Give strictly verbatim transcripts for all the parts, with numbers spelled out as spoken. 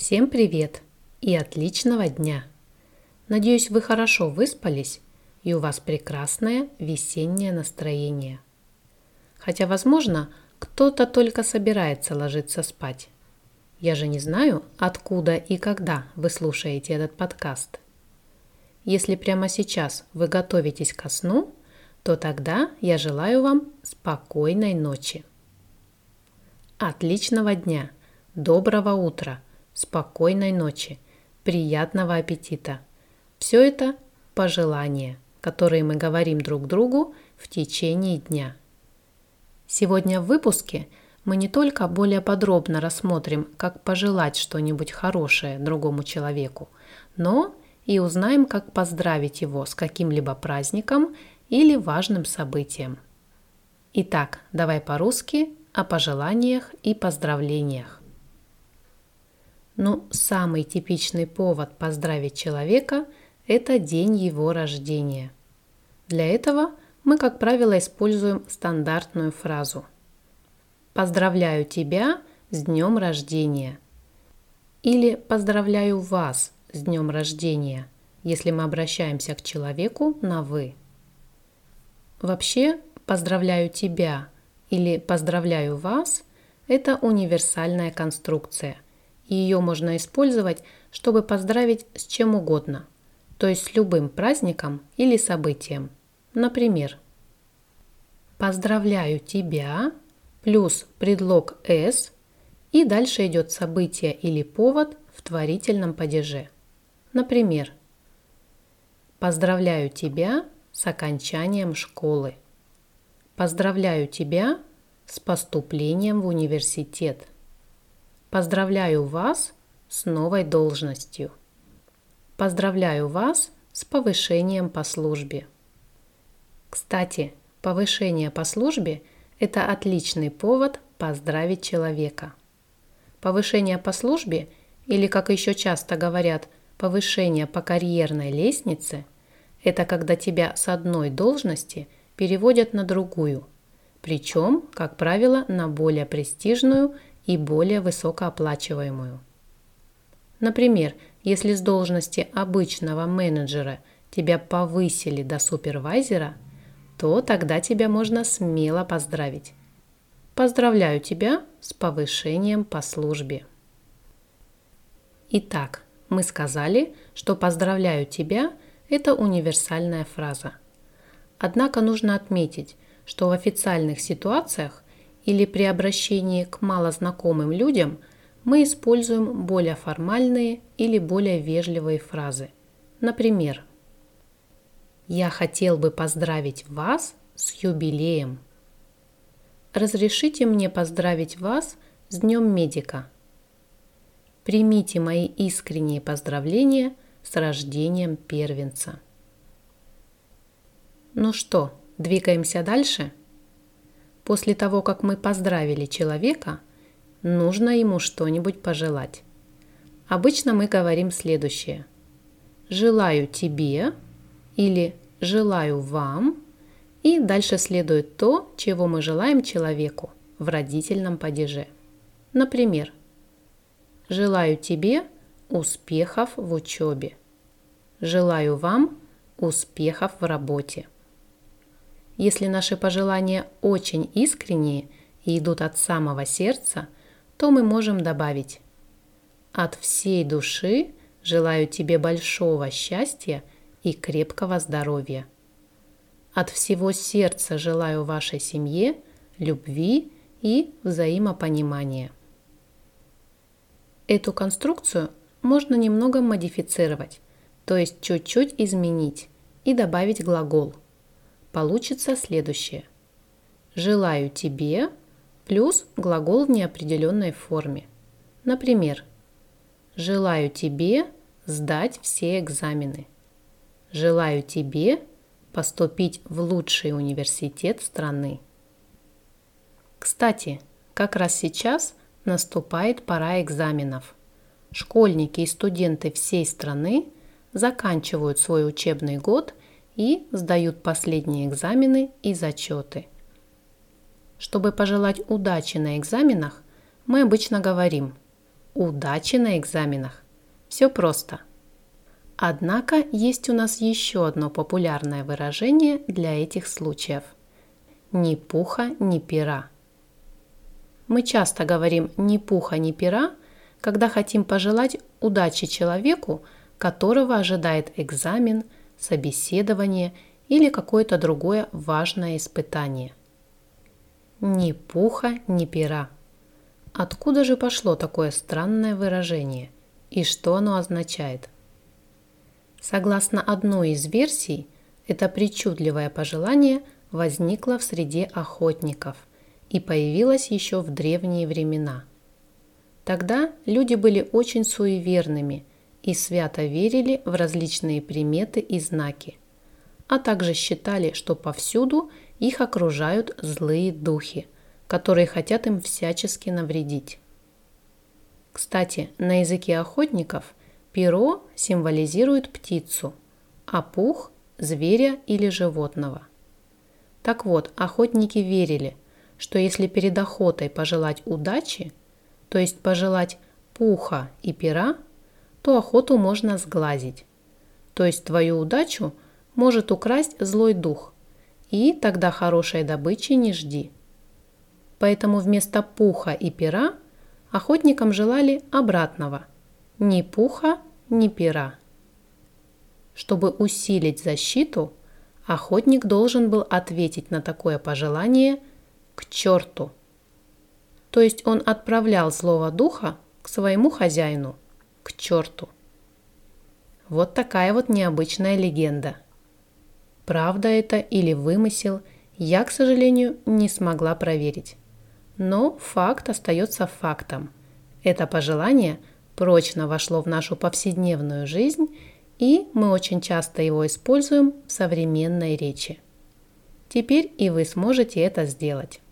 Всем привет и отличного дня! Надеюсь, вы хорошо выспались и у вас прекрасное весеннее настроение. Хотя, возможно, кто-то только собирается ложиться спать. Я же не знаю, откуда и когда вы слушаете этот подкаст. Если прямо сейчас вы готовитесь ко сну, то тогда я желаю вам спокойной ночи. Отличного дня, доброго утра, спокойной ночи, приятного аппетита. Все это пожелания, которые мы говорим друг другу в течение дня. Сегодня в выпуске мы не только более подробно рассмотрим, как пожелать что-нибудь хорошее другому человеку, но и узнаем, как поздравить его с каким-либо праздником или важным событием. Итак, давай по-русски о пожеланиях и поздравлениях. Ну, самый типичный повод поздравить человека – это день его рождения. Для этого мы, как правило, используем стандартную фразу «Поздравляю тебя с днем рождения» или «Поздравляю вас с днем рождения», если мы обращаемся к человеку на «вы». Вообще, «поздравляю тебя» или «поздравляю вас» – это универсальная конструкция, и ее можно использовать, чтобы поздравить с чем угодно, то есть с любым праздником или событием. Например, «Поздравляю тебя» плюс предлог «с» и дальше идет событие или повод в творительном падеже. Например, «Поздравляю тебя с окончанием школы». «Поздравляю тебя с поступлением в университет». «Поздравляю вас с новой должностью». «Поздравляю вас с повышением по службе». Кстати, повышение по службе – это отличный повод поздравить человека. Повышение по службе, или, как еще часто говорят, повышение по карьерной лестнице – это когда тебя с одной должности переводят на другую, причем, как правило, на более престижную и более высокооплачиваемую. Например, если с должности обычного менеджера тебя повысили до супервайзера, то тогда тебя можно смело поздравить. Поздравляю тебя с повышением по службе. Итак, мы сказали, что «поздравляю тебя» – это универсальная фраза. Однако нужно отметить, что в официальных ситуациях или при обращении к малознакомым людям мы используем более формальные или более вежливые фразы. Например, «Я хотел бы поздравить вас с юбилеем». «Разрешите мне поздравить вас с Днем медика». «Примите мои искренние поздравления с рождением первенца». Ну что, двигаемся дальше? После того, как мы поздравили человека, нужно ему что-нибудь пожелать. Обычно мы говорим следующее. «Желаю тебе» или «желаю вам», и дальше следует то, чего мы желаем человеку в родительном падеже. Например, «Желаю тебе успехов в учебе». «Желаю вам успехов в работе». Если наши пожелания очень искренние и идут от самого сердца, то мы можем добавить: «От всей души желаю тебе большого счастья и крепкого здоровья. От всего сердца желаю вашей семье любви и взаимопонимания». Эту конструкцию можно немного модифицировать, то есть чуть-чуть изменить и добавить глагол. Получится следующее. «Желаю тебе» плюс глагол в неопределенной форме. Например, «Желаю тебе сдать все экзамены». «Желаю тебе поступить в лучший университет страны». Кстати, как раз сейчас наступает пора экзаменов. Школьники и студенты всей страны заканчивают свой учебный год и сдают последние экзамены и зачеты. Чтобы пожелать удачи на экзаменах, мы обычно говорим удачи на экзаменах. Все просто. Однако есть у нас еще одно популярное выражение для этих случаев. Ни пуха, ни пера. Мы часто говорим «ни пуха, ни пера», когда хотим пожелать удачи человеку, которого ожидает экзамен, собеседование или какое-то другое важное испытание. Ни пуха, ни пера. Откуда же пошло такое странное выражение и что оно означает? Согласно одной из версий, это причудливое пожелание возникло в среде охотников и появилось еще в древние времена. Тогда люди были очень суеверными и свято верили в различные приметы и знаки, а также считали, что повсюду их окружают злые духи, которые хотят им всячески навредить. Кстати, на языке охотников перо символизирует птицу, а пух – зверя или животного. Так вот, охотники верили, что если перед охотой пожелать удачи, то есть пожелать пуха и пера, то охоту можно сглазить. То есть твою удачу может украсть злой дух, и тогда хорошей добычи не жди. Поэтому вместо пуха и пера охотникам желали обратного – ни пуха, ни пера. Чтобы усилить защиту, охотник должен был ответить на такое пожелание «к черту». То есть он отправлял злого духа к своему хозяину, к черту. Вот такая вот необычная легенда. Правда это или вымысел, я, к сожалению, не смогла проверить. Но факт остается фактом. Это пожелание прочно вошло в нашу повседневную жизнь, и мы очень часто его используем в современной речи. Теперь и вы сможете это сделать.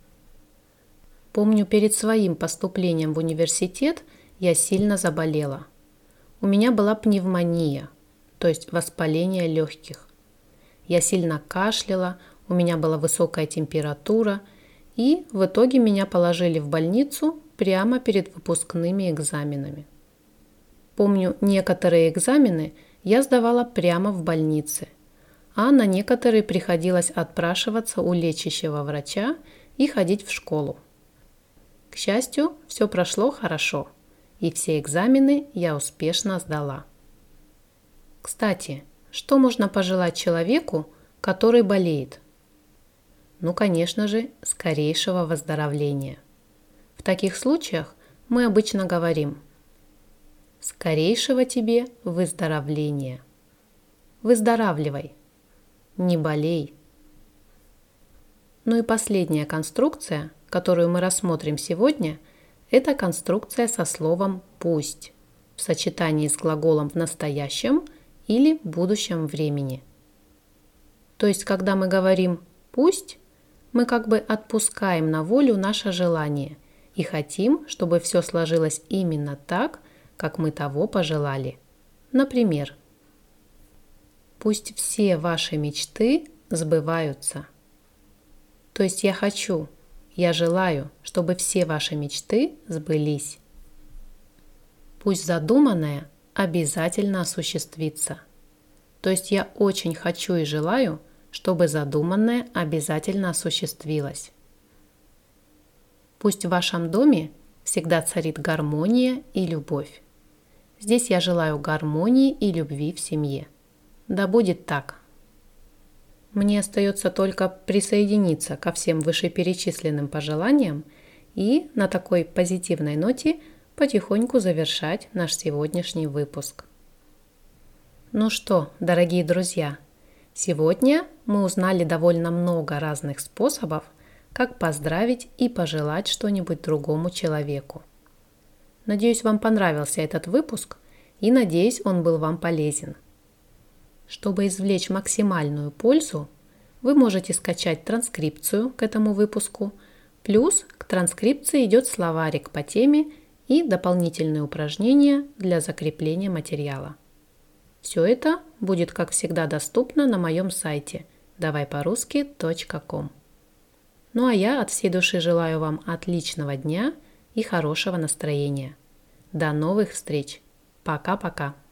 Помню, перед своим поступлением в университет я сильно заболела. У меня была пневмония, то есть воспаление легких. Я сильно кашляла, у меня была высокая температура, и в итоге меня положили в больницу прямо перед выпускными экзаменами. Помню, некоторые экзамены я сдавала прямо в больнице, а на некоторые приходилось отпрашиваться у лечащего врача и ходить в школу. К счастью, все прошло хорошо, и все экзамены я успешно сдала. Кстати, что можно пожелать человеку, который болеет? Ну, конечно же, скорейшего выздоровления. В таких случаях мы обычно говорим «скорейшего тебе выздоровления». Выздоравливай, не болей. Ну и последняя конструкция, которую мы рассмотрим сегодня, это конструкция со словом «пусть» в сочетании с глаголом в настоящем или будущем времени. То есть, когда мы говорим «пусть», мы как бы отпускаем на волю наше желание и хотим, чтобы все сложилось именно так, как мы того пожелали. Например, «Пусть все ваши мечты сбываются». То есть я хочу, я желаю, чтобы все ваши мечты сбылись. Пусть задуманное обязательно осуществится. То есть я очень хочу и желаю, чтобы задуманное обязательно осуществилось. Пусть в вашем доме всегда царит гармония и любовь. Здесь я желаю гармонии и любви в семье. Да будет так. Мне остается только присоединиться ко всем вышеперечисленным пожеланиям и на такой позитивной ноте потихоньку завершать наш сегодняшний выпуск. Ну что, дорогие друзья, сегодня мы узнали довольно много разных способов, как поздравить и пожелать что-нибудь другому человеку. Надеюсь, вам понравился этот выпуск и надеюсь, он был вам полезен. Чтобы извлечь максимальную пользу, вы можете скачать транскрипцию к этому выпуску, плюс к транскрипции идет словарик по теме и дополнительные упражнения для закрепления материала. Все это будет, как всегда, доступно на моем сайте давай по русски точка ком. Ну а я от всей души желаю вам отличного дня и хорошего настроения. До новых встреч. Пока-пока.